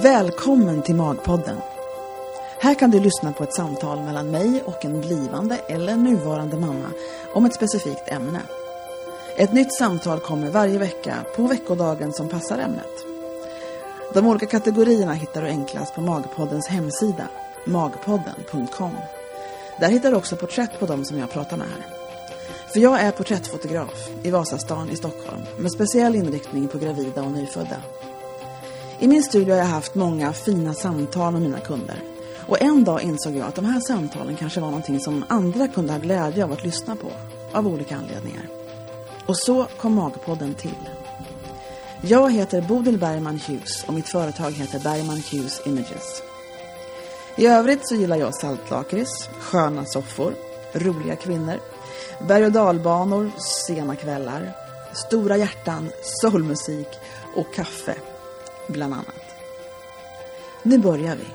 Välkommen till Magpodden. Här kan du lyssna på ett samtal mellan mig och en blivande eller nuvarande mamma om ett specifikt ämne. Ett nytt samtal kommer varje vecka på veckodagen som passar ämnet. De olika kategorierna hittar du enklast på Magpoddens hemsida, magpodden.com. Där hittar du också porträtt på dem som jag pratar med här. För jag är porträttfotograf i Vasastan i Stockholm med speciell inriktning på gravida och nyfödda. I min studio har jag haft många fina samtal med mina kunder. Och en dag insåg jag att de här samtalen kanske var någonting som andra kunde ha glädje av att lyssna på, av olika anledningar. Och så kom Magpodden till. Jag heter Bodil Bergman Hughes och mitt företag heter Bergman Hughes Images. I övrigt så gillar jag saltlakrits, sköna soffor, roliga kvinnor, berg- och dalbanor, sena kvällar, stora hjärtan, soulmusik och kaffe, bland annat. Nu börjar vi.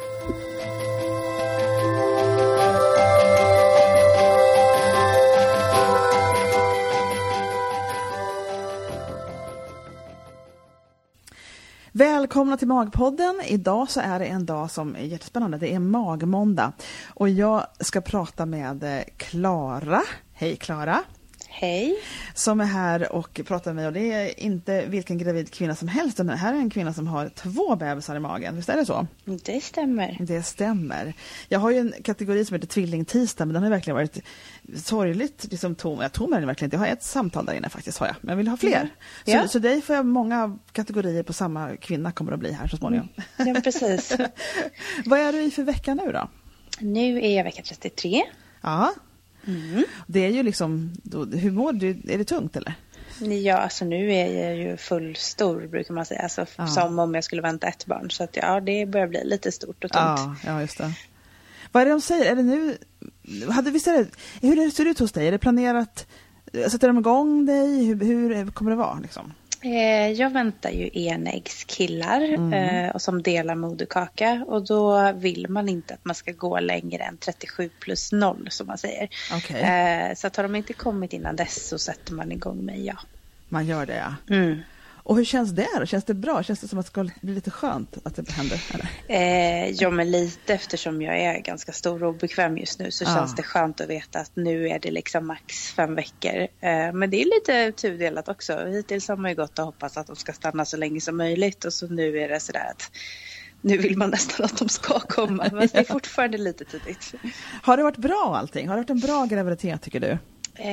Välkomna till Magpodden. Idag så är det en dag som är jättespännande. Det är magmåndag. Och jag ska prata med Klara. Hej Klara. Hej. Som är här och pratar med mig. Och det är inte vilken gravid kvinna som helst. Den här är en kvinna som har 2 bebisar i magen. Visst är det så? Det stämmer. Det stämmer. Jag har ju en kategori som heter tvillingtisdag. Men den har verkligen varit sorgligt liksom tom. Jag tror den verkligen inte. Jag har ett samtal där inne faktiskt har jag. Men jag vill ha fler. Mm. Ja. Så dig får jag många kategorier på samma kvinna kommer att bli här så småningom. Ja, precis. Vad är du i för vecka nu då? Nu är jag vecka 33. Ja. Mm. Det är ju liksom, hur mår du? Är det tungt eller? Ja, alltså nu är jag ju fullstor brukar man säga. Alltså som om jag skulle vänta ett barn. Så att ja, det börjar bli lite stort och tungt. Ja, just det. Vad är det de säger? Är det nu, hur ser det ut hos dig? Är det planerat, sätter de igång dig? Hur kommer det vara liksom? Jag väntar ju enäggskillar och som delar moderkaka. Och då vill man inte att man ska gå längre än 37+0 som man säger. Okay. Så att har de inte kommit innan dess så sätter man igång med ja. Man gör det, ja. Mm. Och hur känns det då? Känns det bra? Känns det som att det ska bli lite skönt att det händer? Eller? Ja, men lite eftersom jag är ganska stor och obekväm just nu så känns det skönt att veta att nu är det liksom max 5 veckor. Men det är lite tudelat också. Hittills har man ju gått och hoppats att de ska stanna så länge som möjligt och så nu är det sådär att nu vill man nästan att de ska komma. Men det är fortfarande lite tidigt. Har det varit bra allting? Har det varit en bra graviditet tycker du?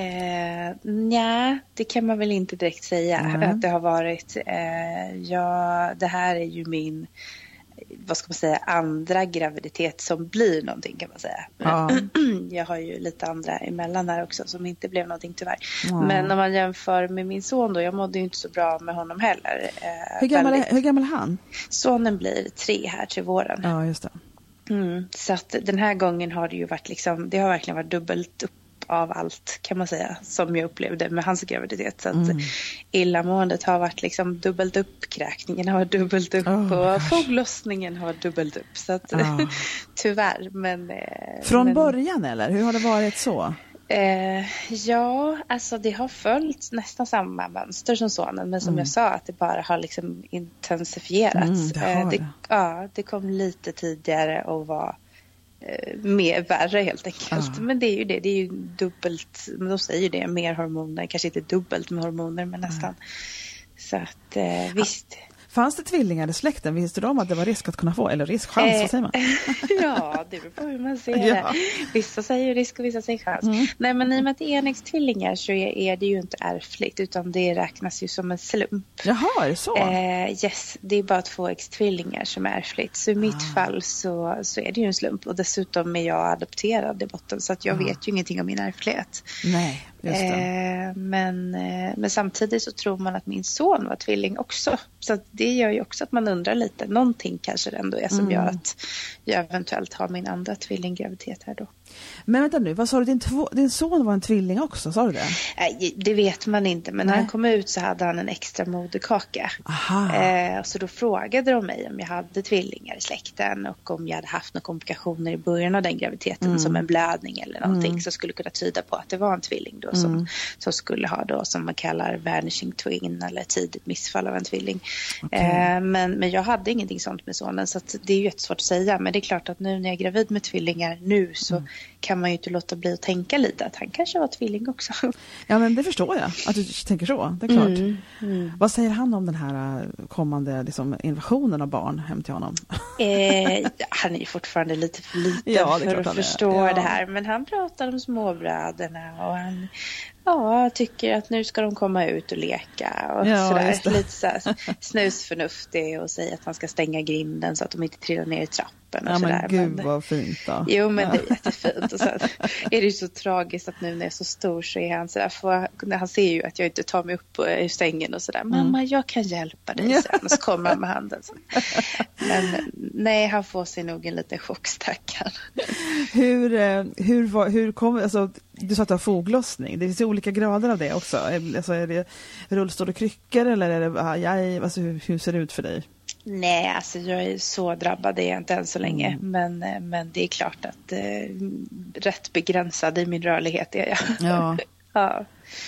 Nej, det kan man väl inte direkt säga att det har varit. Det här är ju min, vad ska man säga, andra graviditet som blir någonting kan man säga. Jag har ju lite andra emellan här också som inte blev någonting tyvärr. Men om man jämför med min son då, jag mådde ju inte så bra med honom heller. Hur gammal är han? Sonen blir 3 här till våren. Ja, just det. Så att den här gången har det ju varit liksom, det har verkligen varit dubbelt upp av allt kan man säga som jag upplevde med hans graviditet. Så att illamåendet har varit liksom dubbelt upp, kräkningen har varit dubbelt upp och förlossningen har varit dubbelt upp. Så att tyvärr. Men, från början eller? Hur har det varit så? Ja, alltså det har följt nästan samma mönster som sonen. Men som jag sa att det bara har liksom intensifierats. Det kom lite tidigare och var mer värre helt enkelt. Men det är ju det är ju dubbelt, men de säger ju det, mer hormoner, kanske inte dubbelt med hormoner men nästan. Så att visst. Fanns det tvillingar i släkten? Visste de att det var risk att kunna få? Eller chans, vad säger man? Ja, det beror på hur man ser det. Vissa säger risk och vissa säger chans. Nej, men i och med att det är enäggstvillingar så är det ju inte ärftligt utan det räknas ju som en slump. Jaha, är det så? Yes, det är bara 2-äggstvillingar som är ärftligt. Så i mitt fall så är det ju en slump. Och dessutom är jag adopterad i botten så att jag vet ju ingenting om min ärftlighet. Nej. Just det. Men samtidigt så tror man att min son var tvilling också. Så det gör ju också att man undrar lite. Någonting kanske det ändå är som gör att jag eventuellt har min andra tvillinggraviditet här då. Men vänta nu, vad sa du? Din son var en tvilling också, sa du det? Det vet man inte, men när han kom ut så hade han en extra moderkaka. Så då frågade de mig om jag hade tvillingar i släkten och om jag hade haft några komplikationer i början av den graviditeten som en blödning eller någonting som skulle kunna tyda på att det var en tvilling då som skulle ha då som man kallar vanishing twin eller tidigt missfall av en tvilling. Okay. Men jag hade ingenting sånt med sonen, så att det är ju jättesvårt att säga, men det är klart att nu när jag är gravid med tvillingar nu så kan man ju inte låta bli att tänka lite att han kanske var tvilling också. Ja, men det förstår jag, att du tänker så, det är klart. Vad säger han om den här kommande liksom, invasionen av barn hem till honom? Han är ju fortfarande lite för liten för att förstå det här, men han pratar om småbröderna och han tycker att nu ska de komma ut och leka och sådär, lite såhär snusförnuftig och säga att han ska stänga grinden så att de inte trillar ner i trappen och sådär. Men gud vad fint då. Jo, men det är jättefint. Och så är det ju så tragiskt att nu när jag är så stor så är han sådär, han ser ju att jag inte tar mig upp ur sängen och sådär. Mamma, jag kan hjälpa dig. Så kommer han med handen. Så. Men nej, han får sig nog en liten chockstackan. Hur kommer, alltså, du sa att du har foglossning. Det finns ju olika grader av det också. Alltså, är det rullstol och kryckor eller är det, alltså, hur ser det ut för dig? Nej, alltså jag är så drabbad, är jag inte än så länge. Men det är klart att rätt begränsad i min rörlighet är jag. Ja.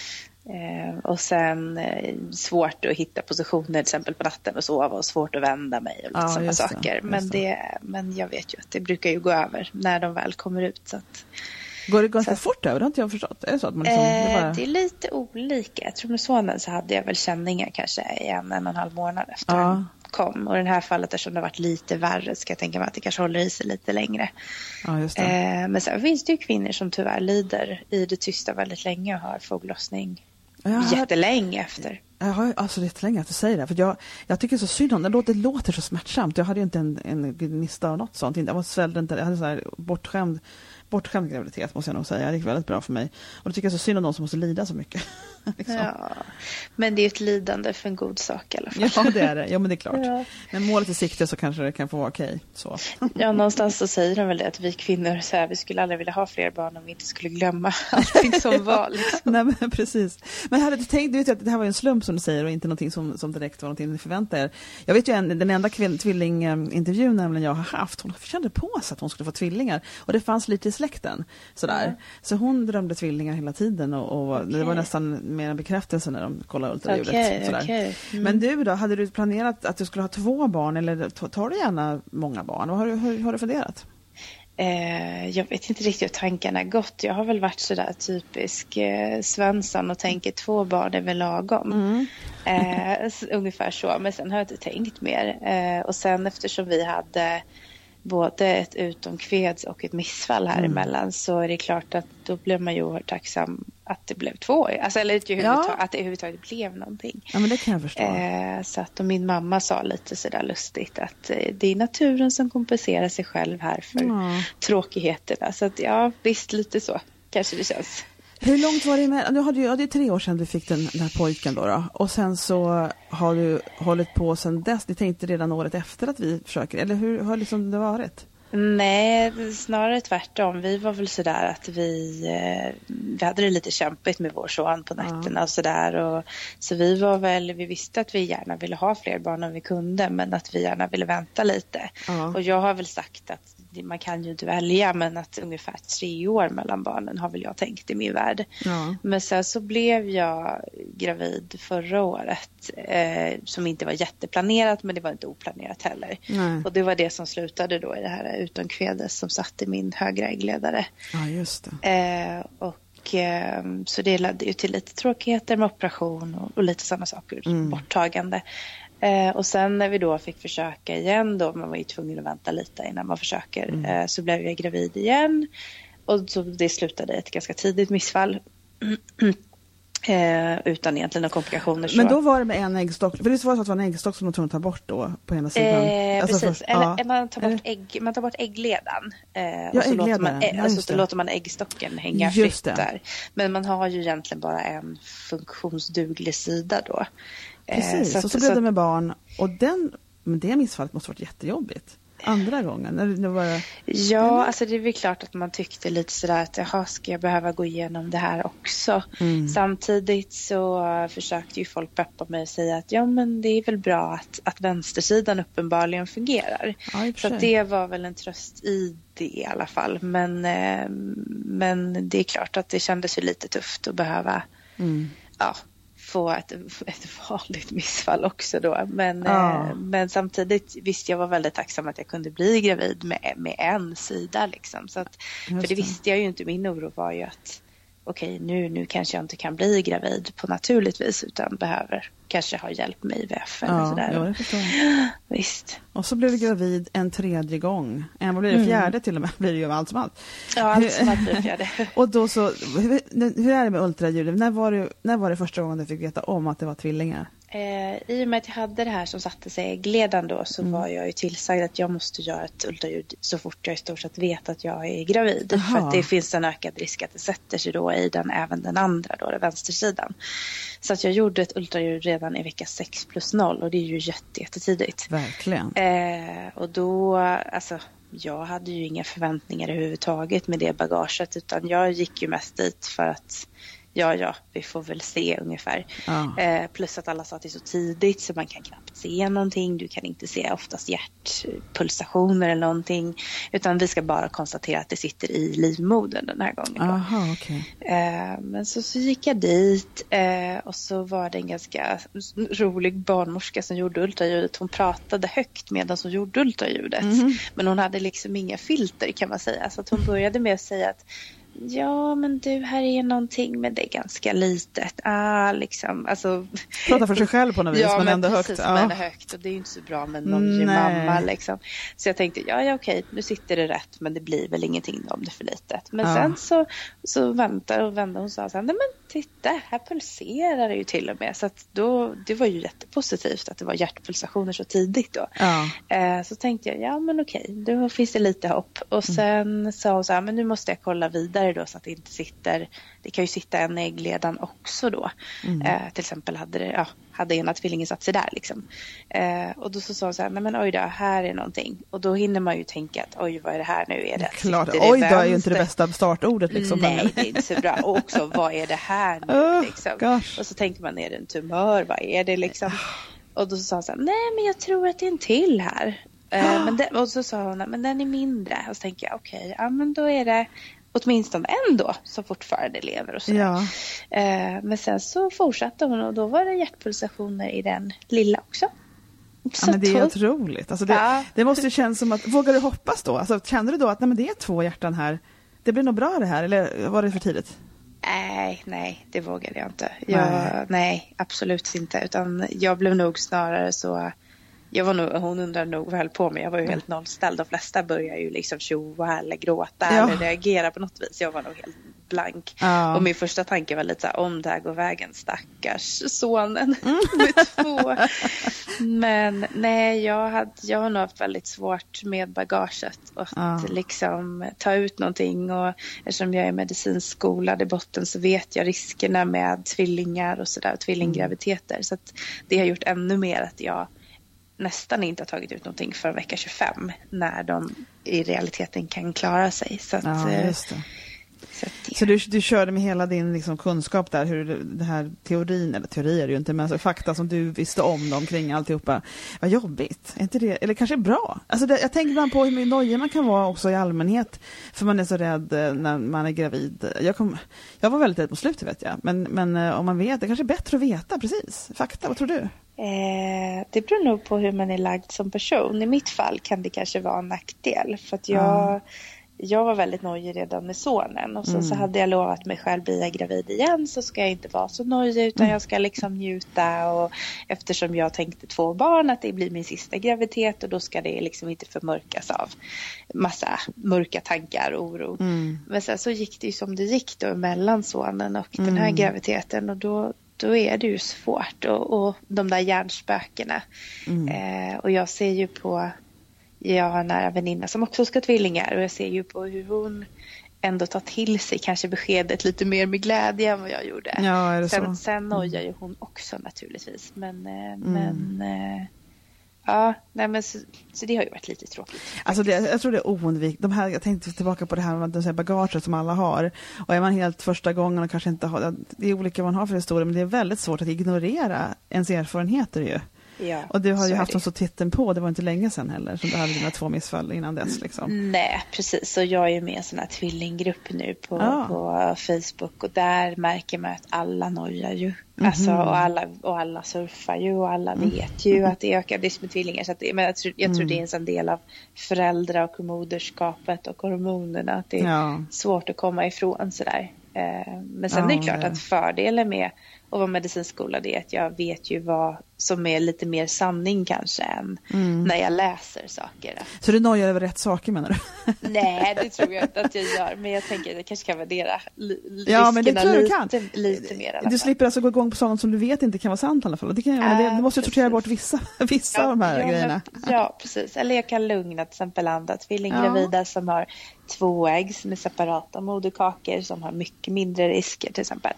Och sen svårt att hitta positioner till exempel på natten och sova och svårt att vända mig och lite sådana saker. Men jag vet ju att det brukar ju gå över när de väl kommer ut. Så att, går det ganska fort över? Det har inte jag förstått. Är det så att man liksom, det är lite olika. Jag tror med sonen så hade jag väl känningar kanske i 1,5 månad efter han kom. Och i det här fallet, eftersom det har varit lite värre, ska jag tänka mig att det kanske håller i sig lite längre. Ja, just det. Men sen finns det ju kvinnor som tyvärr lider i det tysta väldigt länge och har foglossning jättelänge efter. Jag har alltså jättelänge att du säger det. För jag tycker så synd om det. Det låter så smärtsamt. Jag hade ju inte en gnista av något sånt. Jag var svälld inte. Jag hade så här bortskämd graviditet, måste jag nog säga. Det gick väldigt bra för mig. Och då tycker jag så synd om de som måste lida så mycket. Liksom. Ja, men det är ett lidande för en god sak i alla fall. Ja, det är det. Ja, men det är klart. Ja. Men målet i sikte så kanske det kan få vara okej. Så. Ja, någonstans så säger de väl det att vi kvinnor så här, vi skulle aldrig vilja ha fler barn om vi inte skulle glömma allting som var. Liksom. Nej, men precis. Men hade du tänkt, du vet ju att det här var en slump som du säger och inte någonting som direkt var någonting ni förväntade er. Jag vet ju den enda tvillingintervjun nämligen jag har haft, hon kände på sig att hon skulle få tvillingar. Och det fanns lite i släkten. Sådär. Så hon drömde tvillingar hela tiden och det var nästan mer en bekräftelse när de kollade ultraljudet. Okay. Men du då, hade du planerat att du skulle ha 2 barn eller tar du gärna många barn? Hur har du funderat? Jag vet inte riktigt hur tankarna gått. Jag har väl varit sådär typisk Svensson och tänker 2 barn är väl lagom. Ungefär så. Men sen har jag inte tänkt mer. Och sen eftersom vi hade både ett utomkveds och ett missfall här emellan, så är det klart att då blev man ju oerhört tacksam att det blev 2. Alltså, eller att det överhuvudtaget blev någonting. Ja, men det kan jag förstå. Så att min mamma sa lite sådär lustigt att det är naturen som kompenserar sig själv här för tråkigheterna. Så att visst, lite så kanske det känns. Hur långt var det med? Det är 3 år sedan du fick den här pojken då. Och sen så har du hållit på sedan dess. Ni tänkte redan året efter att vi försöker. Eller hur har liksom det varit? Nej, snarare tvärtom. Vi var väl sådär att vi hade det lite kämpigt med vår son på nätterna och sådär. Så vi visste att vi gärna ville ha fler barn om vi kunde, men att vi gärna ville vänta lite. Och jag har väl sagt att man kan ju inte välja, men att ungefär 3 år mellan barnen har väl jag tänkt i min värld. Men sen så blev jag gravid förra året som inte var jätteplanerat, men det var inte oplanerat heller. Och det var det som slutade då i det här utomkvedes som satt i min högra äggledare. Ja, just det. Så det ledde ju till lite tråkigheter med operation och lite sådana saker, borttagande. Och sen när vi då fick försöka igen då, man var ju tvungen att vänta lite innan man försöker, så blev jag gravid igen. Och så det slutade ett ganska tidigt missfall. Utan egentligen några komplikationer. Så. Men då var det med en äggstock. För det var så att det var en äggstock som de tvungna ta bort då på ena sidan. Precis. Först, eller man tar bort äggledan. Och så låter man äggstocken hänga fritt där. Men man har ju egentligen bara en funktionsduglig sida då. Precis, och så blev det med barn. Och det missfallet måste ha varit jättejobbigt. andra gången? Ja, alltså det är väl klart att man tyckte lite sådär att jaha, ska jag behöva gå igenom det här också? Samtidigt så försökte ju folk peppa mig och säga att ja, men det är väl bra att vänstersidan uppenbarligen fungerar. Ja, så att det var väl en tröst i det i alla fall. Men det är klart att det kändes ju lite tufft att behöva få ett vanligt missfall också då. Men samtidigt visst, jag var väldigt tacksam att jag kunde bli gravid med en sida liksom. Så att, för det visste jag ju inte. Min oro var ju att okej, nu kanske jag inte kan bli gravid på naturligt vis utan behöver kanske ha hjälp med IVF eller sådär. Ja, det förstår jag. Visst. Och så blev du gravid en tredje gång. Vad blir det? Fjärde till och med blir det ju allt som allt. Ja, allt som allt blir fjärde. Och då så, hur är det med ultraljudet? När var det första gången du fick veta om att det var tvillingar? I och med att jag hade det här som satte sig i äggledan då så var jag ju tillsagd att jag måste göra ett ultraljud så fort jag i stort sett vet att jag är gravid. Aha. För att det finns en ökad risk att det sätter sig då i även den andra då, den vänstersidan. Så att jag gjorde ett ultraljud redan i vecka 6+0 och det är ju jättetidigt. Verkligen. Och då, alltså jag hade ju inga förväntningar överhuvudtaget med det bagaget utan jag gick ju mest dit för att ja, vi får väl se ungefär. Plus att alla sa att det är så tidigt så man kan knappt se någonting. Du kan inte se oftast hjärtpulsationer eller någonting. Utan vi ska bara konstatera att det sitter i livmodern den här gången. Aha, okay. Men så gick jag dit och så var det en ganska rolig barnmorska som gjorde ultraljudet. Hon pratade högt medan hon gjorde ultraljudet. Men hon hade liksom inga filter kan man säga. Så att hon började med att säga att ja, men du, här är någonting, men det är ganska litet. Liksom, alltså... Prata för sig själv på något vis, men ändå högt. Ja, men högt. Och det är ju inte så bra med någon mamma, liksom. Så jag tänkte, ja, okej, nu sitter det rätt, men det blir väl ingenting om det är för litet. Men sen så vände hon och sa så här, nej men titta, här pulserar det ju till och med. Så att då, det var ju jättepositivt att det var hjärtpulsationer så tidigt då. Så tänkte jag, ja men okej, då finns det lite hopp. Och sen sa hon så här, men nu måste jag kolla vidare då så att det inte sitter, det kan ju sitta en i äggledan också då. Till exempel hade ena tvillingen satt sig där liksom. Och då så sa hon så här, nej men oj då, här är någonting. Och då hinner man ju tänka att oj, vad är det här nu? Är det klart, oj då är ju inte det bästa startordet liksom. Nej, det är inte så bra. Och också, vad är det här nu liksom? Och så tänker man, är det en tumör? Vad är det liksom? Och då sa hon så här, nej men jag tror att det är en till här. Och så sa hon, men den är mindre. Och så tänker jag, okej, ja men då är det åtminstone en då som fortfarande lever och så. Ja. Men sen så fortsatte hon och då var det hjärtpulsationer i den lilla också. Ja, men det är otroligt. Alltså det måste ju kännas som att, vågar du hoppas då? Alltså, kände du då att nej, men det är 2 hjärtan här, det blir nog bra det här, eller var det för tidigt? Nej, det vågade jag inte. Nej, absolut inte. Utan jag blev nog snarare så... hon undrade nog vad jag höll på med. Jag var ju helt nollställd. De flesta börjar ju liksom tjoa eller gråta eller reagera på något vis. Jag var nog helt blank. Och min första tanke var lite så här, om det här går vägen, stackars sonen med 2. Men nej, jag har nog haft väldigt svårt med bagaget att liksom ta ut någonting. Och eftersom jag är medicinskolad i botten så vet jag riskerna med tvillingar och sådär, tvillinggraviditeter. Så att det har gjort ännu mer att jag nästan inte har tagit ut någonting för vecka 25 när de i realiteten kan klara sig. Så att, just det. Så du körde med hela din liksom, kunskap där, hur det här teori är det ju inte, men alltså, fakta som du visste om dem kring alltihopa. Vad jobbigt, är inte det, eller kanske bra? Alltså jag tänker ibland på hur mycket nöje man kan vara också i allmänhet, för man är så rädd när man är gravid. Jag var väldigt rädd på slutet, vet jag, men om man vet, det kanske är bättre att veta precis fakta. Vad tror du? Det beror nog på hur man är lagd som person. I mitt fall kan det kanske vara en nackdel, för att jag var väldigt nöjd redan med sonen. Och så hade jag lovat mig själv, blir jag gravid igen så ska jag inte vara så nöjd, utan jag ska liksom njuta. Och eftersom jag tänkte 2 barn, att det blir min sista graviditet, och då ska det liksom inte förmörkas av massa mörka tankar och oro. Men sen så gick det ju som det gick då mellan sonen och den här graviditeten, och då är det ju svårt. Och de där hjärnspökena. Och jag ser ju på... Jag har en nära väninna som också ska tvillingar, och jag ser ju på hur hon ändå tar till sig kanske beskedet lite mer med glädje än vad jag gjorde. Ja, är det sen nojar ju hon också naturligtvis. Men Ja, nej men så det har ju varit lite tråkigt. Alltså jag tror det är oundvikligt. Jag tänkte tillbaka på det här med bagaget som alla har. Och är man helt första gången och kanske inte har, det är olika vad man har för historia, men det är väldigt svårt att ignorera ens erfarenheter ju. Ja, och du har ju haft så titeln på, det var inte länge sedan heller, som du hade dina 2 missfall innan dess liksom. Nej, precis. Så jag är ju med i en sån här tvillinggrupp nu på Facebook, och där märker man att alla nojar ju. Alltså, och alla surfar ju, och alla vet ju att det ökar risk med tvillingar. Så att men jag tror det är en sån del av föräldrar och moderskapet och hormonerna, att det är svårt att komma ifrån sådär. Men sen är det klart att fördelen med att vara medicinskola, det är att jag vet ju vad som är lite mer sanning kanske än när jag läser saker. Så du nojar över rätt saker, menar du? Nej, det tror jag inte att jag gör. Men jag tänker att jag kanske kan värdera riskerna men det tror lite, du kan. Lite mer i alla fall. Du slipper alltså gå igång på sådant som du vet inte kan vara sant i alla fall. Du måste ju sortera bort vissa av de här grejerna. Ja, precis. Eller jag kan lugna till exempel andra tvillinggravida som har 2 ägg med separata moderkakor som har mycket mindre risker till exempel.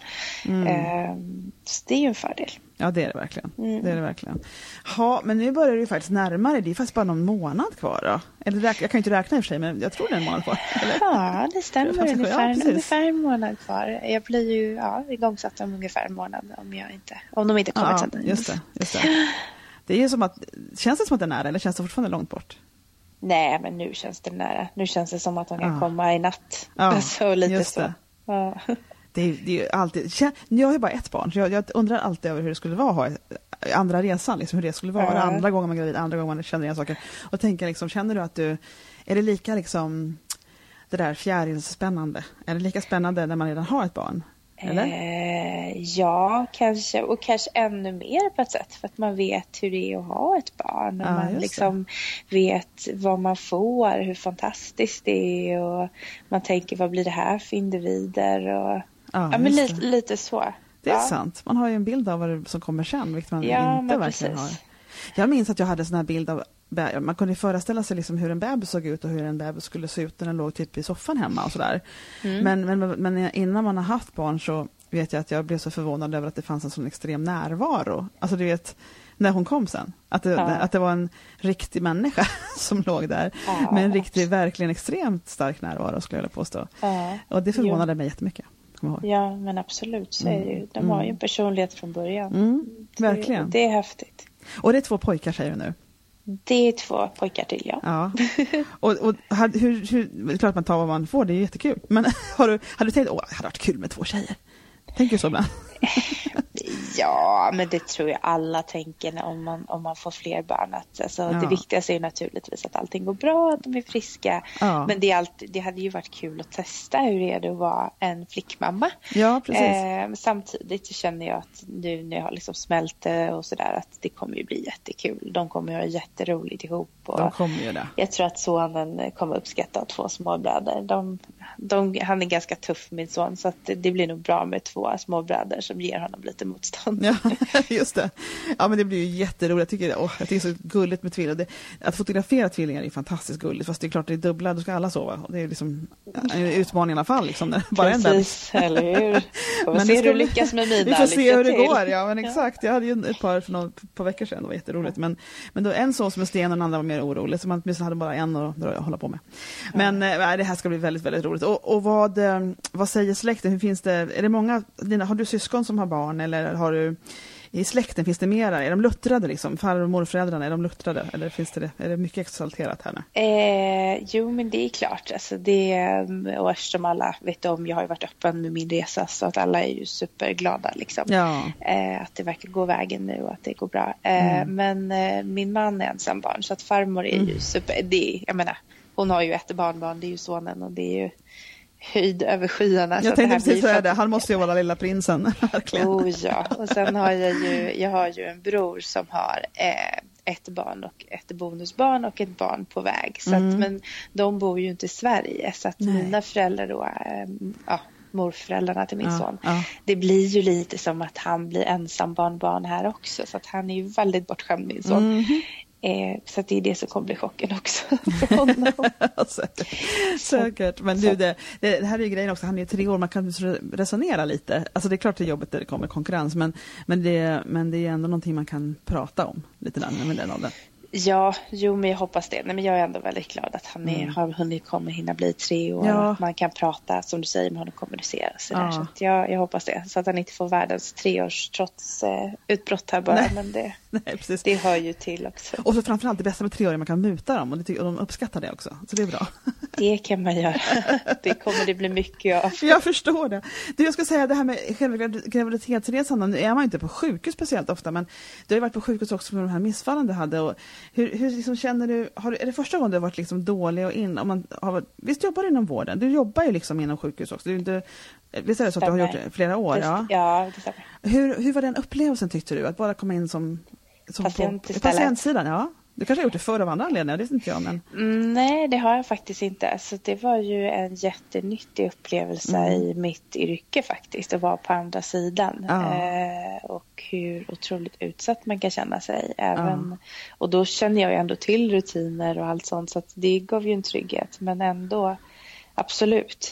Så det är ju en fördel. Ja, det är det verkligen. Det är det verkligen. Ja, men nu börjar det ju faktiskt närmare. Det är faktiskt bara någon månad kvar då. Eller jag kan ju inte räkna i och för sig, men jag tror det är en månad kvar. Eller? Ja, det stämmer. Ungefär en månad kvar. Jag blir ju igångsatt om ungefär en månad om de inte kommer sen. Just det. Det är ju som att, känns det som att det är nära, eller känns det fortfarande långt bort? Nej, men nu känns det nära. Nu känns det som att de kan komma i natt. Ja, så lite just så. Det. Ja. Det är ju alltid, jag har ju bara ett barn, så jag undrar alltid över hur det skulle vara att ha andra resan, liksom, hur det skulle vara andra gången man är gravid, andra gången man känner igen saker. Och tänker liksom, känner du att är det lika liksom det där fjärilsspännande? Är det lika spännande när man redan har ett barn? Eller? Ja, kanske. Och kanske ännu mer på ett sätt. För att man vet hur det är att ha ett barn. Och man liksom vet vad man får. Hur fantastiskt det är. Och man tänker, vad blir det här för individer? Och, men lite så. Det är sant. Man har ju en bild av vad som kommer sen. Vilket man inte verkligen har. Jag minns att jag hade en sån här bild av, man kunde föreställa sig liksom hur en bebis såg ut och hur en bebis skulle se ut när den låg typ i soffan hemma och sådär. Men innan man har haft barn så vet jag att jag blev så förvånad över att det fanns en sån extrem närvaro. Alltså du vet, när hon kom sen. Att det var en riktig människa som låg där. Med en riktig, verkligen extremt stark närvaro, skulle jag påstå. Och det förvånade mig jättemycket. Ja, men absolut. Så är det ju. De har ju en personlighet från början. Verkligen. Det är häftigt. Och det är 2 pojkar, säger du nu? Det är 2 pojkar till, ja. Och hur, det är klart man tar vad man får, det är jättekul. Men hade du tänkt, det hade varit kul med 2 tjejer? Tänker du så ibland? Ja, men det tror jag alla tänker om man får fler barn. Det viktigaste är naturligtvis att allting går bra, att de är friska. Ja. Men det hade ju varit kul att testa hur det är att vara en flickmamma. Ja, precis. Samtidigt känner jag att nu när jag har liksom smält det och sådär, att det kommer ju bli jättekul. De kommer ju ha jätteroligt ihop. Och de kommer ju det. Jag tror att sonen kommer uppskatta 2 småbröder. Han är ganska tuff, min son, så att det blir nog bra med 2 småbröder som ger honom lite motstånd. Ja, just det. Ja, men det blir ju jätteroligt. Jag tycker det är så gulligt med tvillingar. Att fotografera tvillingar är fantastiskt gulligt. Fast det är klart, det är dubbla, då ska alla sova. Det är liksom en utmaning i alla fall. Liksom, bara precis, eller hur? Men se hur du lyckas med mina. Vi får se hur det går, ja, men exakt. Jag hade ju ett par för ett par veckor sedan, det var jätteroligt. Men då en son som en sten och den andra var mer orolig. Så man åtminstone hade bara en att hålla på med. Men det här ska bli väldigt, väldigt roligt. Och vad säger släkten? Hur finns det? Är det många, har du syskon som har barn, eller har du i släkten, finns det mera? Är de luttrade liksom? Far- och morföräldrarna, är de luttrade? Eller är det mycket exalterat här nu? Jo, men det är klart. Alltså och eftersom alla vet om, jag har ju varit öppen med min resa, så att alla är ju superglada liksom. Ja. Att det verkar gå vägen nu och att det går bra. Men min man är ensam barn, så att farmor är ju jag menar, hon har ju ett barnbarn, det är ju sonen, och det är ju höjd över skyarna. Jag tänkte precis säga det. Han måste ju vara lilla prinsen. Verkligen. Ja. Och sen har jag har ju en bror som har ett barn och ett bonusbarn och ett barn på väg. Så att, men de bor ju inte i Sverige. Så att mina föräldrar då, morföräldrarna till min son, det blir ju lite som att han blir ensam barnbarn här också. Så att han är ju väldigt bortskämd, min son. Så att det är det som kommer bli chocken också för honom. Säkert. Men du, det här är ju grejen också. Han är 3 år, man kan resonera lite. Alltså det är klart det är jobbigt när det kommer konkurrens. Men det är ändå någonting man kan prata om lite där med den åldern. Ja, men jag hoppas det. Nej, men jag är ändå väldigt glad att han kommer hinna bli 3 år. Ja. Att man kan prata, som du säger, med honom och kommunicera. Så att jag hoppas det. Så att han inte får världens 3-års utbrott här bara. Nej. Men det hör ju till också. Och så framförallt det bästa med 3-åringar, man kan muta dem. Och de uppskattar det också. Så det är bra. Det kan man göra. Det kommer det bli mycket av. Jag förstår det. Jag ska säga det här med själva graviditetsresan. Nu är man inte på sjukhus speciellt ofta. Men du har ju varit på sjukhus också med de här missfallen du hade. Och hur liksom känner du, är det första gången du har varit liksom dålig och visst jobbar du inom vården? Du jobbar ju liksom inom sjukhus också. Du är inte, visst är det så att du har gjort det flera år? Ja, det stämmer. Hur var den upplevelsen tyckte du? Att bara komma in som patient på patientsidan, ja. Du kanske har gjort det förr av andra anledningar, det vet inte jag. Men... Nej, det har jag faktiskt inte. Alltså, det var ju en jättenyttig upplevelse i mitt yrke faktiskt. Att vara på andra sidan. Och hur otroligt utsatt man kan känna sig. Och då känner jag ju ändå till rutiner och allt sånt. Så att det gav ju en trygghet. Men ändå, absolut.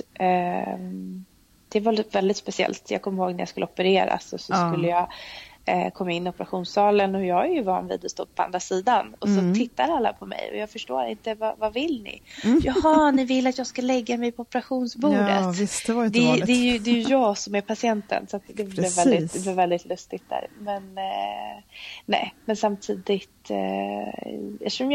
Det var väldigt speciellt. Jag kommer ihåg när jag skulle opereras. Och så skulle jag... kom in i operationssalen och jag är ju van vid att stå på andra sidan och så tittar alla på mig och jag förstår inte, vad vill ni? Jaha, ni vill att jag ska lägga mig på operationsbordet. Ja, visst, det var inte vanligt. Det är ju jag som är patienten, så att det blev väldigt lustigt där. Men men samtidigt eftersom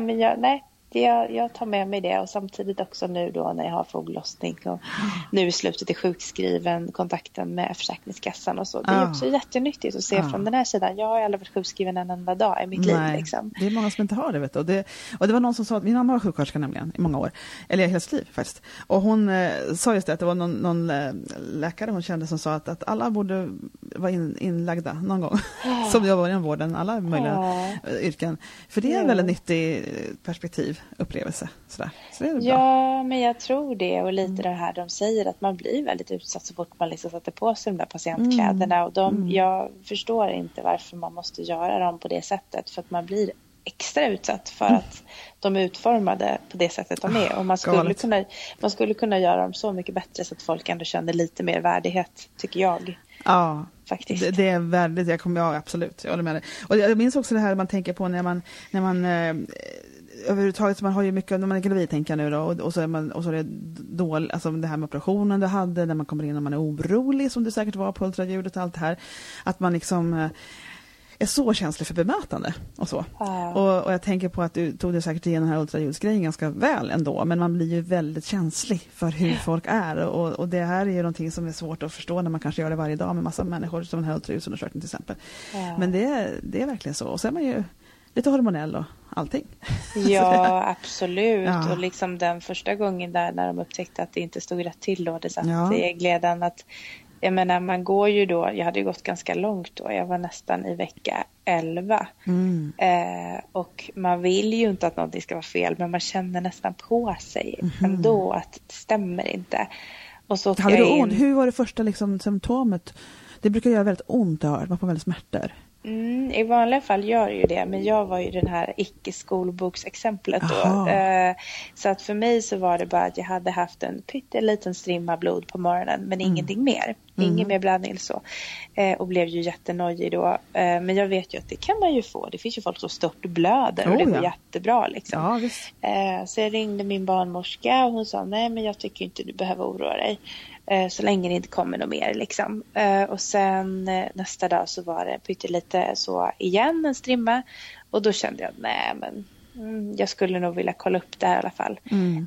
jag tar med mig det, och samtidigt också nu då när jag har foglossning och nu i slutet är sjukskriven, kontakten med Försäkringskassan och så. Det är också jättenyttigt att se från den här sidan. Jag har aldrig varit sjukskriven en enda dag i mitt liv. Liksom. Det är många som inte har det, vet du. Och det var någon som sa att min mamma var sjuksköterska nämligen i många år, eller hela sitt liv faktiskt. Och hon sa just det, att det var någon läkare hon kände som sa att alla borde vara inlagda någon gång. Som jobbar inom vården, alla möjliga yrken. För det är en väldigt nyttig perspektiv. Upplevelse. Sådär. Så det är bra. Ja, men jag tror det, och lite det här de säger att man blir väldigt utsatt så fort man liksom sätter på sig de där patientkläderna och jag förstår inte varför man måste göra dem på det sättet, för att man blir extra utsatt för att de är utformade på det sättet de är, och man skulle kunna göra dem så mycket bättre så att folk ändå känner lite mer värdighet, tycker jag. Ja, faktiskt. Det är väldigt, absolut, jag håller med dig. Och jag minns också det här man tänker på när man överhuvudtaget, man har ju mycket när man är gravid, tänker nu då, och så är det dåligt, alltså det här med operationen du hade, när man kommer in och man är orolig, som det säkert var på ultraljudet och allt det här, att man liksom är så känslig för bemötande och så. Och jag tänker på att du tog det säkert igenom den här ultraljudsgrejen ganska väl ändå, men man blir ju väldigt känslig för hur folk är, och det här är ju någonting som är svårt att förstå när man kanske gör det varje dag med massa människor, som den här ultraljudsundersökningen till exempel. Men det är verkligen så, och så är man ju lite hormonell och allting. Ja, absolut. Ja. Och liksom den första gången där när de upptäckte att det inte stod rätt till då, det satt i glädjen att, jag menar, man går ju då, jag hade ju gått ganska långt då, jag var nästan i vecka 11. Och man vill ju inte att någonting ska vara fel, men man känner nästan på sig ändå att det stämmer inte. Och så hade du ont? Hur var det första liksom symptomet? Det brukar göra väldigt ont att höra, man får väldigt smärtor. I vanliga fall gör ju det, men jag var ju den här icke-skolboksexemplet då. Så att för mig så var det bara att jag hade haft en pytteliten strimma blod på morgonen, men ingenting mer. Ingen mer blandning så. Och blev ju jättenojig då. Men jag vet ju att det kan man ju få. Det finns ju folk som stört blöder och det går jättebra liksom. Så jag ringde min barnmorska och hon sa, nej men jag tycker inte du behöver oroa dig. Så länge det inte kommer något mer liksom. Och sen nästa dag så var det pyttelite så igen, en strimma. Och då kände jag, nej men jag skulle nog vilja kolla upp det här i alla fall.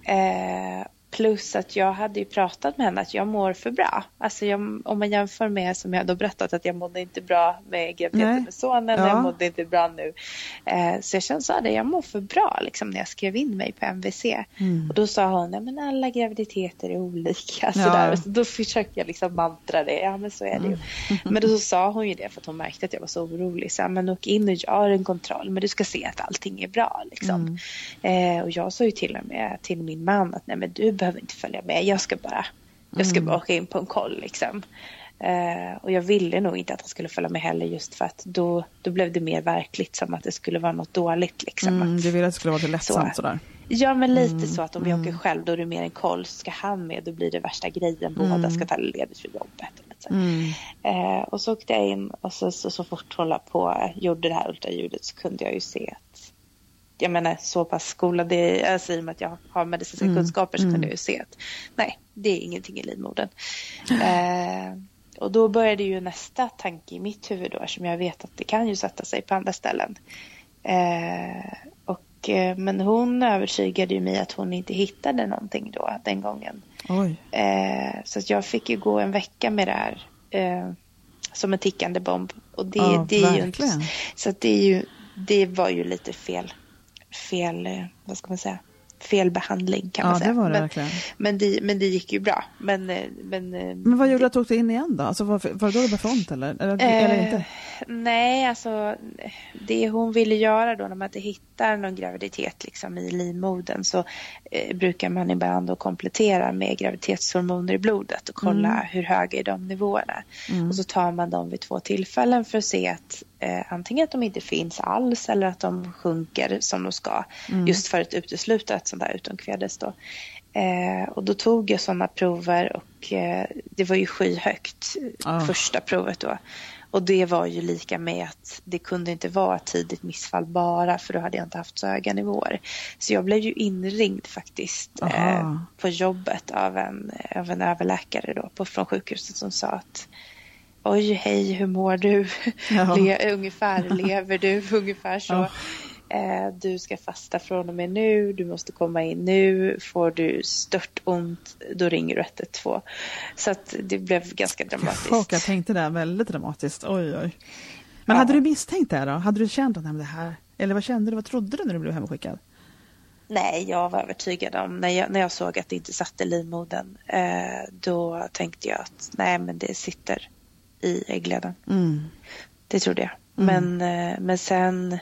Plus att jag hade ju pratat med henne att jag mår för bra. Alltså om man jämför med, som jag då berättat, att jag mådde inte bra med graviditeten med sonen. Jag mådde inte bra nu. Så jag kände så att jag mår för bra liksom, när jag skrev in mig på MVC. Och då sa hon, nej men alla graviditeter är olika. Sådär. Så då försökte jag liksom mantra det. Ja men så är det ju. Men då sa hon ju det för att hon märkte att jag var så orolig. Så men åk in och gör en kontroll. Men du ska se att allting är bra liksom. Och jag sa ju till och med till min man att nej men du behöver inte följa med. Jag ska bara åka in på en koll liksom. Och jag ville nog inte att han skulle följa med heller, just för att då blev det mer verkligt, som att det skulle vara något dåligt liksom. Du ville att det skulle vara lite lättsamt sådär. Ja, men lite så att om jag åker själv, då är det mer en koll. Så ska han med, då blir det värsta grejen. Båda ska ta ledigt för jobbet. Och så åkte jag in, och så fort hon la på, gjorde det här ultraljudet, så kunde jag ju se att jag menar så pass skolad, alltså i och med att jag har medicinska kunskaper så kan jag ju se att nej, det är ingenting i livmodern. Och då började ju nästa tanke i mitt huvud då, som jag vet att det kan ju sätta sig på andra ställen. Men hon övertygade ju mig att hon inte hittade någonting då den gången. Oj. Så att jag fick ju gå en vecka med det här som en tickande bomb. Och det är ju inte, så att det var ju lite fel, vad ska man säga? Fel behandling kan man säga. Det var det verkligen. Men det gick ju bra. Men vad gjorde du att du åkte in igen då? Alltså var det då på front eller inte? Nej, alltså det hon ville göra då när man inte hittar någon graviditet liksom i livmodern, så brukar man ibland då komplettera med graviditetshormoner i blodet och kolla hur höga är de nivåerna. Och så tar man dem vid 2 tillfällen för att se att antingen att de inte finns alls eller att de sjunker som de ska, just för att utesluta ett sånt där utomkvedes då. Och då tog jag sådana prover och det var ju skyhögt första provet då. Och det var ju lika med att det kunde inte vara ett tidigt missfall bara, för då hade jag inte haft så höga nivåer. Så jag blev ju inringd faktiskt på jobbet av en överläkare då från sjukhuset som sa att oj, hej, hur mår du? Ungefär, lever du? Ungefär så. Du ska fasta från och med nu. Du måste komma in nu. Får du stört ont, då ringer du 112. Så att det blev ganska dramatiskt. Jag tänkte det, väldigt dramatiskt. Oj. Men hade du misstänkt det då? Hade du känt att det här? Eller vad kände du? Vad trodde du när du blev hemskickad? Nej, jag var övertygad om när jag såg att det inte satt i livmodern, då tänkte jag att nej, men det sitter i äggledan. Det trodde jag. Men sen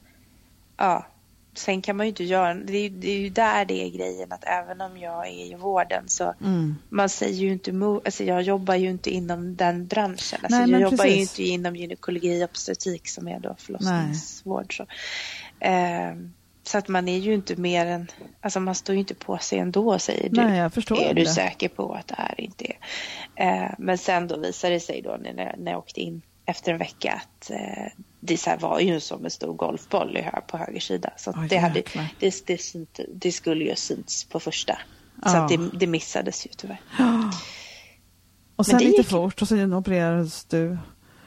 sen kan man ju inte göra, det är ju där det är grejen, att även om jag är i vården så man säger ju inte alltså jag jobbar ju inte inom den branschen. Alltså jag jobbar ju inte inom gynekologi och obstetrik som är då förlossningsvård så att man är ju inte mer än, alltså man står ju inte på sig ändå och säger är du säker på att det här inte är. Men sen då visade det sig då när jag åkte in efter en vecka att det så här var ju som en stor golfboll på höger sida. Så det skulle ju synts på första. Så att det missades ju tyvärr. Och sen lite fort och sen opererades du.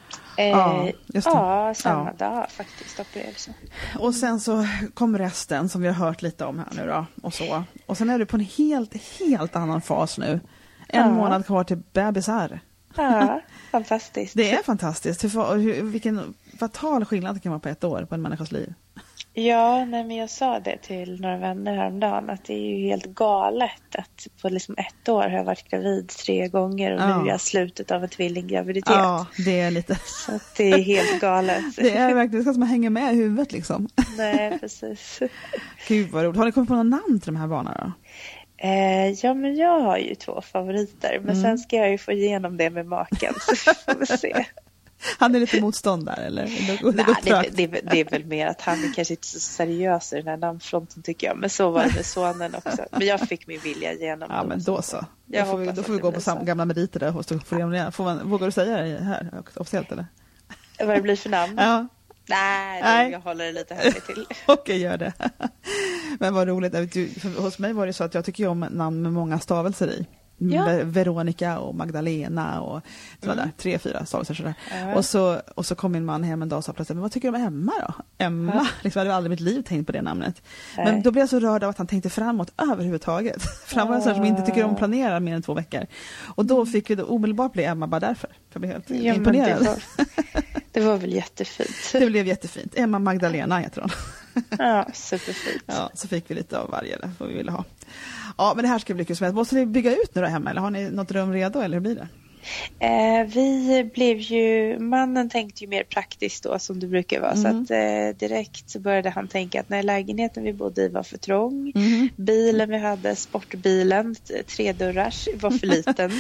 Samma dag faktiskt opererades. Och sen så kom resten som vi har hört lite om här nu då. Och sen är du på en helt annan fas nu. En månad kvar till bebisar. Ja, fantastiskt. Det är fantastiskt. Vilken fatal skillnad det kan vara på ett år på en människas liv. Ja, men jag sa det till några vänner häromdagen att det är ju helt galet att på liksom 1 år har jag varit gravid 3 gånger och nu är jag slutet av en tvillinggraviditet. Ja, det är lite. Så att det är helt galet. Det är verkligen så att man hänger med i huvudet liksom. Nej, precis. Gud vad roligt. Har ni kommit på någon namn till de här barnen då? Ja, men jag har ju 2 favoriter. Men sen ska jag ju få igenom det med maken. Så får vi se. Han är lite motstånd där, eller? Det är väl mer att han är kanske inte så seriös i den här namnfronten tycker jag. Men så var det med sonen också. Men jag fick min vilja igenom. Ja, men då så. Då får vi gå på gamla meriter där hos vågar du säga det här officiellt, eller? Vad det blir för namn? Ja. Nej, jag håller det lite hemligt till. Okej, gör det. Men vad roligt. Hos mig var det så att jag tycker om namn med många stavelser i. Veronica och Magdalena och sådär, 3-4 stavelser sådär. Och så kom min man hem en dag och sa plötsligt, men vad tycker du om Emma då? Emma, liksom, jag hade aldrig i mitt liv tänkt på det namnet. Men då blev jag så rörd av att han tänkte framåt överhuvudtaget. Framåt som inte tycker om planera mer än 2 veckor. Och då fick vi då omedelbart bli Emma bara därför. Jag blev helt imponerad. Det var väl jättefint. Det blev jättefint. Emma Magdalena heter hon. Ja, superfint. Ja, så fick vi lite av varje där, vad vi ville ha. Ja, men det här ska bli kul. Måste ni bygga ut nu då hemma, eller har ni något rum redo, eller hur blir det? Vi blev ju, mannen tänkte ju mer praktiskt då som det brukar vara, så att direkt så började han tänka att när lägenheten vi bodde i var för trång, bilen vi hade, sportbilen 3-dörrars var för liten.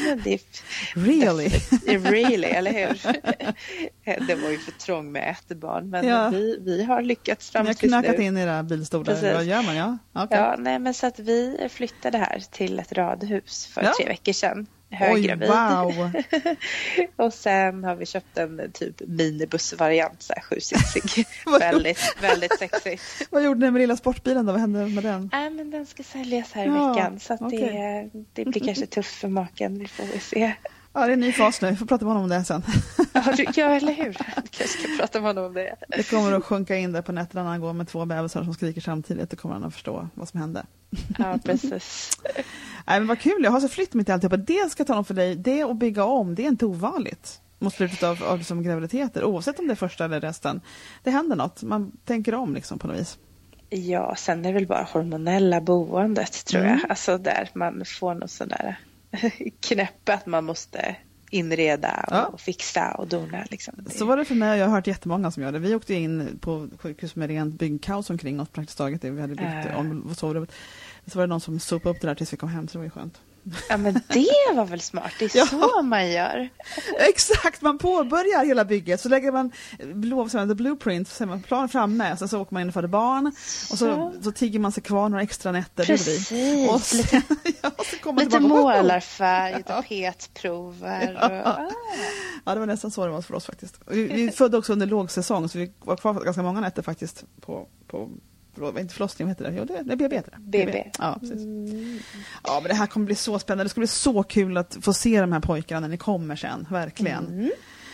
Really, eller hur? Det var ju för trång med ett barn, men vi har lyckats fram tills nu. Ni har knackat in era bilstolar, vad gör man? Okay. Ja, nej, men så att vi flyttade här till ett radhus för 3 veckor sedan. höggravid. Wow. Och sen har vi köpt en typ minibussvariant, så här 7-sitsig. väldigt, väldigt sexigt. Vad gjorde ni med lilla sportbilen då? Vad hände med den? Men den ska säljas här i veckan. Så att det blir kanske tufft för maken. Vi får se. Ja, det är en ny fas nu. Vi får prata med honom om det sen. Ja, eller hur? Jag ska prata med honom om det. Det kommer att sjunka in där på nätterna när han går med 2 bebisar som skriker samtidigt. Då kommer han att förstå vad som hände. Ja, precis. Nej, men vad kul. Jag har så flytt mitt i alltihopa. Det ska ta om för dig. Det att bygga om, det är inte ovanligt. Mot slutet av liksom graviditeter. Oavsett om det är första eller resten. Det händer något. Man tänker om liksom på något vis. Ja, sen är det väl bara hormonella boendet tror jag. Alltså där man får något sån där knäpp att man måste inreda och fixa och dona. Liksom. Så var det för mig och jag har hört jättemånga som gör det. Vi åkte in på sjukhus med rent byggkaos omkring oss praktiskt taget. Vi hade byggt om sovrummet. Så var det någon som sopade upp det där tills vi kom hem, så det var ju skönt. Ja, men det var väl smart. Det är så man gör. Exakt, man påbörjar hela bygget. Så lägger man the blueprint, så man plan framme. Så åker man in och föder barn. Och så tigger man sig kvar några extra nätter. Precis. Och sen, så lite målarfärg, tapetprover. Ja, det var nästan så det var för oss faktiskt. Vi födde också under lågsäsong, så vi var kvar ganska många nätter faktiskt på inte förlossning, vad heter det? Jo, det är BB. BB. Ja, precis. Ja, men det här kommer bli så spännande. Det ska bli så kul att få se de här pojkarna när ni kommer sen, verkligen.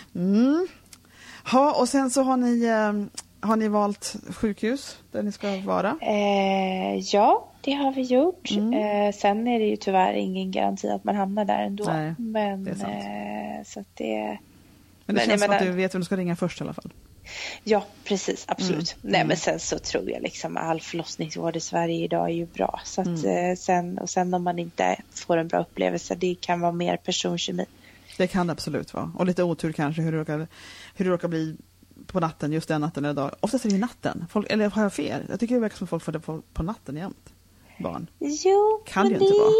Ja, och sen så har ni valt sjukhus där ni ska vara? Ja, det har vi gjort. Sen är det ju tyvärr ingen garanti att man hamnar där ändå. Nej, men det är sant. Så att det... Men det känns som att du vet vem du ska ringa först i alla fall. Ja, precis, absolut. Nej, men sen så tror jag liksom all förlossningsvård i Sverige idag är ju bra. Så att sen om man inte får en bra upplevelse, det kan vara mer personkemi. Det kan det absolut vara. Och lite otur kanske hur det råkar bli på natten, just den natten eller dag. Oftast är det ju natten. Eller har jag fel? Jag tycker det verkar som folk får det på natten jämt. Barn. Jo, kan men det inte inte vara.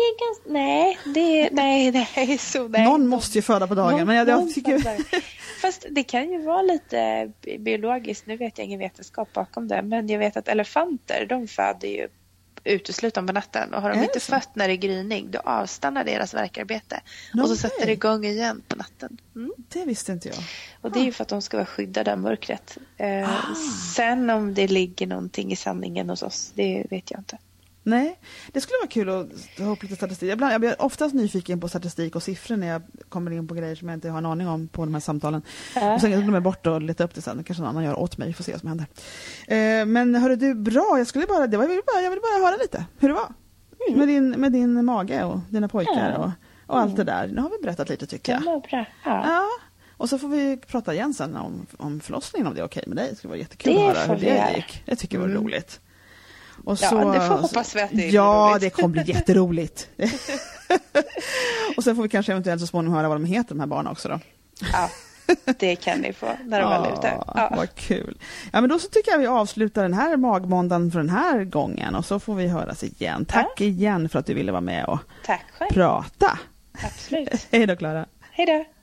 Nej, så nej. Någon måste ju föda på dagen, men jag tycker... Fast det kan ju vara lite biologiskt, nu vet jag ingen vetenskap bakom det, men jag vet att elefanter, de föder ju uteslutande på natten, och har de inte fött när det är gryning, då avstannar deras verkarbete och så sätter det igång igen på natten. Det visste inte jag. Och det är ju för att de ska vara skyddade av mörkret. Sen om det ligger någonting i sanningen hos oss, det vet jag inte. Nej, det skulle vara kul att ha upp lite statistik. Jag blir oftast nyfiken på statistik och siffror när jag kommer in på grejer som jag inte har en aning om på de här samtalen. Och sen glömmer jag bort och leta upp det sen. Kanske någon annan gör åt mig, får se vad som händer. Men hörru du, bra. Jag vill bara höra lite hur det var. Med din mage och dina pojkar och allt det där. Nu har vi berättat lite, tycker jag. Det var bra. Ja. Och så får vi prata igen sen om förlossningen, om det är okej med dig. Det skulle vara jättekul att höra hur det gick. Jag tycker det var roligt. Och så, det får hoppas vi att det är roligt. Ja, det kommer bli jätteroligt. Och sen får vi kanske eventuellt så småningom höra vad de heter, de här barnen också då. Ja, det kan ni få när de är ute. Ja. Vad kul. Ja, men då så tycker jag vi avslutar den här magmåndagen för den här gången. Och så får vi höras igen. Tack igen för att du ville vara med och Tack själv. prata. Absolut. Hej då, Clara. Hej då.